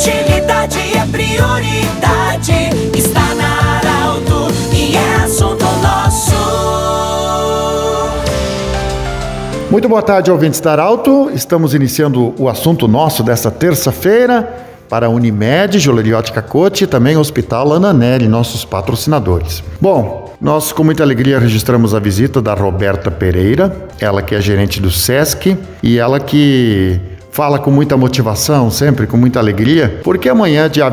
Agilidade é prioridade. Está na Arauto e é assunto nosso. Muito boa tarde, ouvintes da Arauto. Estamos iniciando o assunto nosso desta terça-feira para a Unimed, Joalheria Ótica Cote e também o Hospital Ananelli, nossos patrocinadores. Bom, nós com muita alegria registramos a visita da Roberta Pereira, ela que é gerente do SESC e ela que fala com muita motivação, sempre com muita alegria, porque amanhã, dia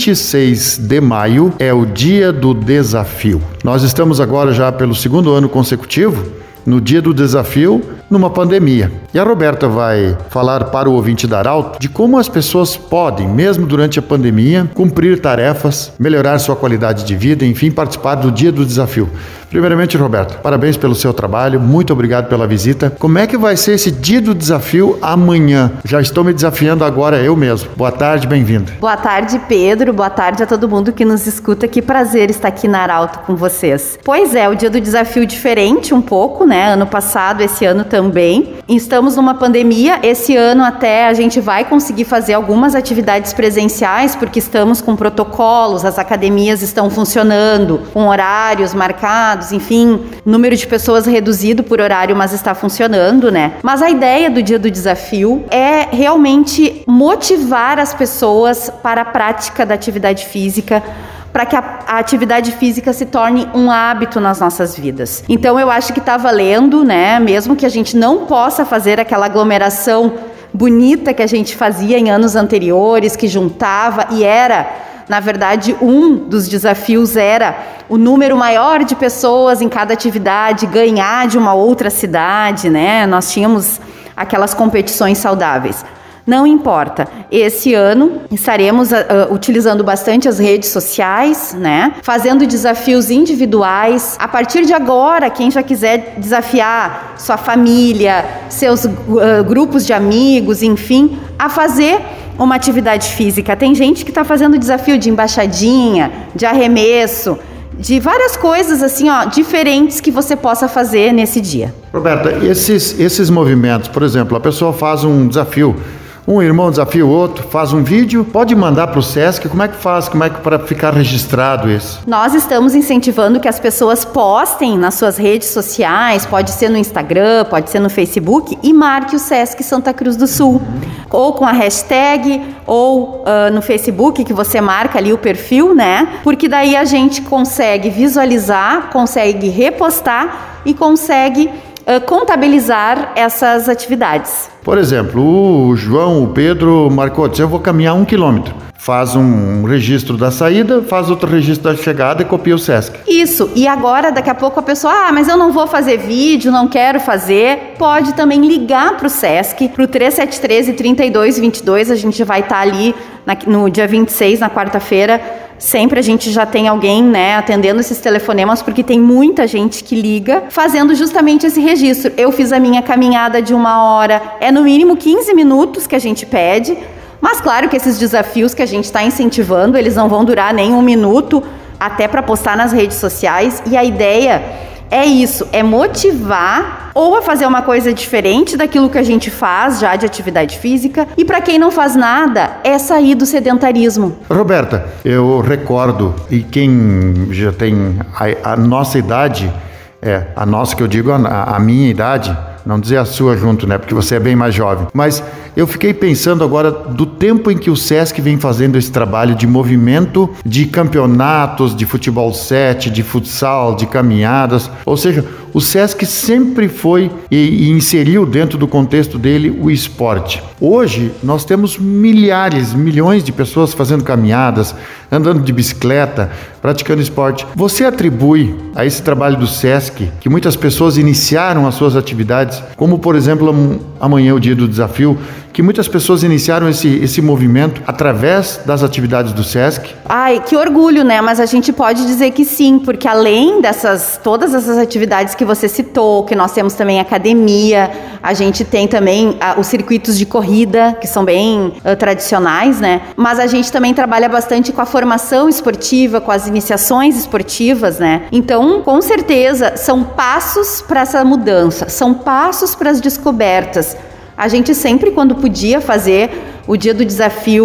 26 de maio, é o Dia do Desafio. Nós estamos agora já pelo segundo ano consecutivo no Dia do Desafio, numa pandemia. E a Roberta vai falar para o ouvinte da Arauto de como as pessoas podem, mesmo durante a pandemia, cumprir tarefas, melhorar sua qualidade de vida, enfim, participar do Dia do Desafio. Primeiramente, Roberta, parabéns pelo seu trabalho, muito obrigado pela visita. Como é que vai ser esse Dia do Desafio amanhã? Já estou me desafiando agora eu mesmo. Boa tarde, bem-vindo. Boa tarde, Pedro. Boa tarde a todo mundo que nos escuta. Que prazer estar aqui na Arauto com vocês. Pois é, o Dia do Desafio diferente um pouco, né? Ano passado, esse ano também. Estamos numa pandemia. Esse ano até a gente vai conseguir fazer algumas atividades presenciais, porque estamos com protocolos, as academias estão funcionando, com horários marcados, enfim, número de pessoas reduzido por horário, mas está funcionando, né? Mas a ideia do Dia do Desafio é realmente motivar as pessoas para a prática da atividade física, para que a atividade física se torne um hábito nas nossas vidas. Então eu acho que está valendo, né? Mesmo que a gente não possa fazer aquela aglomeração bonita que a gente fazia em anos anteriores, que juntava e era, na verdade, um dos desafios era o número maior de pessoas em cada atividade, ganhar de uma outra cidade, né? Nós tínhamos aquelas competições saudáveis. Não importa, esse ano estaremos utilizando bastante as redes sociais, né? Fazendo desafios individuais. A partir de agora, quem já quiser desafiar sua família, seus grupos de amigos, enfim, a fazer uma atividade física. Tem gente que está fazendo desafio de embaixadinha, de arremesso, de várias coisas assim, ó, diferentes que você possa fazer nesse dia. Roberta, esses movimentos, por exemplo, a pessoa faz um desafio, um irmão desafia o outro, faz um vídeo, pode mandar para o SESC, como é que faz, para ficar registrado isso? Nós estamos incentivando que as pessoas postem nas suas redes sociais, pode ser no Instagram, pode ser no Facebook, e marque o SESC Santa Cruz do Sul, ou com a hashtag, ou no Facebook, que você marca ali o perfil, né? Porque daí a gente consegue visualizar, consegue repostar e consegue contabilizar essas atividades. Por exemplo, o João, o Pedro marcou, disse, eu vou caminhar 1 quilômetro. Faz um registro da saída, faz outro registro da chegada e copia o SESC. Isso, e agora daqui a pouco a pessoa, mas eu não vou fazer vídeo, não quero fazer. Pode também ligar para o SESC, para o 3713-3222, a gente vai estar ali no dia 26, na quarta-feira. Sempre a gente já tem alguém, né, atendendo esses telefonemas, porque tem muita gente que liga, fazendo justamente esse registro. Eu fiz a minha caminhada de 1 hora, é no mínimo 15 minutos que a gente pede, mas claro que esses desafios que a gente está incentivando, eles não vão durar nem 1 minuto, até para postar nas redes sociais, e a ideia é isso, é motivar ou a fazer uma coisa diferente daquilo que a gente faz já de atividade física, e para quem não faz nada, é sair do sedentarismo. Roberta, eu recordo, e quem já tem a nossa idade, a nossa que eu digo, a minha idade, não dizer a sua junto, né, porque você é bem mais jovem, mas eu fiquei pensando agora do tempo em que o SESC vem fazendo esse trabalho de movimento, de campeonatos, de futebol 7, de futsal, de caminhadas, ou seja, o SESC sempre foi e inseriu dentro do contexto dele o esporte. Hoje nós temos milhões de pessoas fazendo caminhadas, andando de bicicleta, praticando esporte. Você atribui a esse trabalho do SESC que muitas pessoas iniciaram as suas atividades, como por exemplo amanhã o Dia do Desafio, que muitas pessoas iniciaram esse movimento através das atividades do SESC? Ai, que orgulho, né? Mas a gente pode dizer que sim, porque além todas essas atividades que você citou, que nós temos também academia, a gente tem também os circuitos de corrida, que são bem tradicionais, né? Mas a gente também trabalha bastante com a formação esportiva, com as iniciações esportivas, né? Então, com certeza, são passos para essa mudança, são passos para as descobertas. A gente sempre, quando podia fazer o Dia do Desafio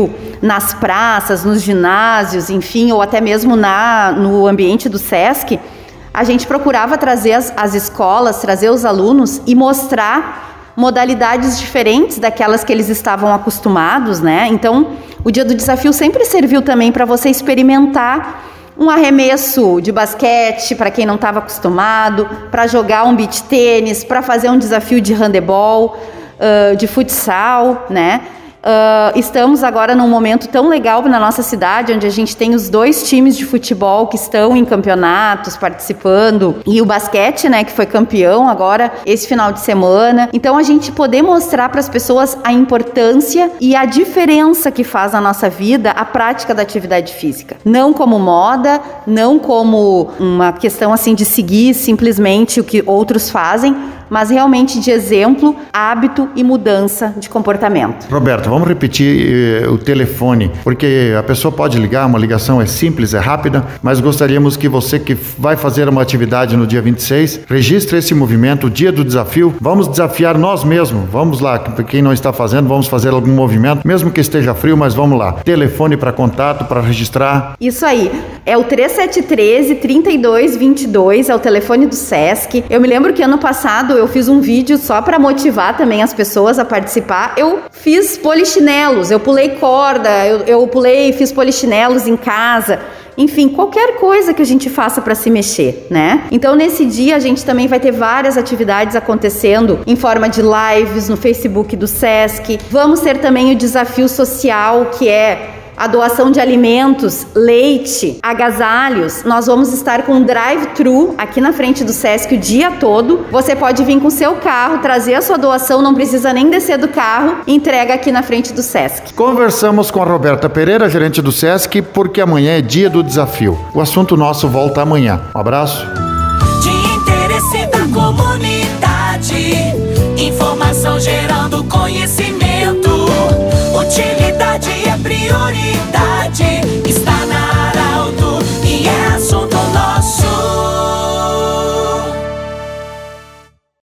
nas praças, nos ginásios, enfim, ou até mesmo no ambiente do SESC, a gente procurava trazer as escolas, trazer os alunos e mostrar modalidades diferentes daquelas que eles estavam acostumados, né? Então, o Dia do Desafio sempre serviu também para você experimentar um arremesso de basquete para quem não estava acostumado, para jogar um beach tênis, para fazer um desafio de handebol, de futsal, né? Estamos agora num momento tão legal na nossa cidade, onde a gente tem os 2 times de futebol que estão em campeonatos participando, e o basquete, né, que foi campeão agora esse final de semana. Então a gente poder mostrar para as pessoas a importância e a diferença que faz na nossa vida a prática da atividade física. Não como moda, não como uma questão assim de seguir simplesmente o que outros fazem, mas realmente de exemplo, hábito e mudança de comportamento. Roberto, vamos repetir o telefone, porque a pessoa pode ligar, uma ligação é simples, é rápida, mas gostaríamos que você que vai fazer uma atividade no dia 26, registre esse movimento, o Dia do Desafio. Vamos desafiar nós mesmos, vamos lá, quem não está fazendo, vamos fazer algum movimento, mesmo que esteja frio, mas vamos lá. Telefone para contato, para registrar. Isso aí, é o 3713-3222, é o telefone do SESC. Eu me lembro que ano passado eu fiz um vídeo só para motivar também as pessoas a participar. Eu fiz polichinelos, eu pulei corda, fiz polichinelos em casa. Enfim, qualquer coisa que a gente faça para se mexer, né? Então, nesse dia, a gente também vai ter várias atividades acontecendo em forma de lives no Facebook do SESC. Vamos ter também o desafio social, que é a doação de alimentos, leite, agasalhos. Nós vamos estar com um drive-thru aqui na frente do SESC o dia todo. Você pode vir com o seu carro, trazer a sua doação, não precisa nem descer do carro, entrega aqui na frente do SESC. Conversamos com a Roberta Pereira, gerente do SESC, porque amanhã é Dia do Desafio. O assunto nosso volta amanhã. Um abraço. De interesse da comunidade, informação gerando conhecimento, utilidade é prioridade.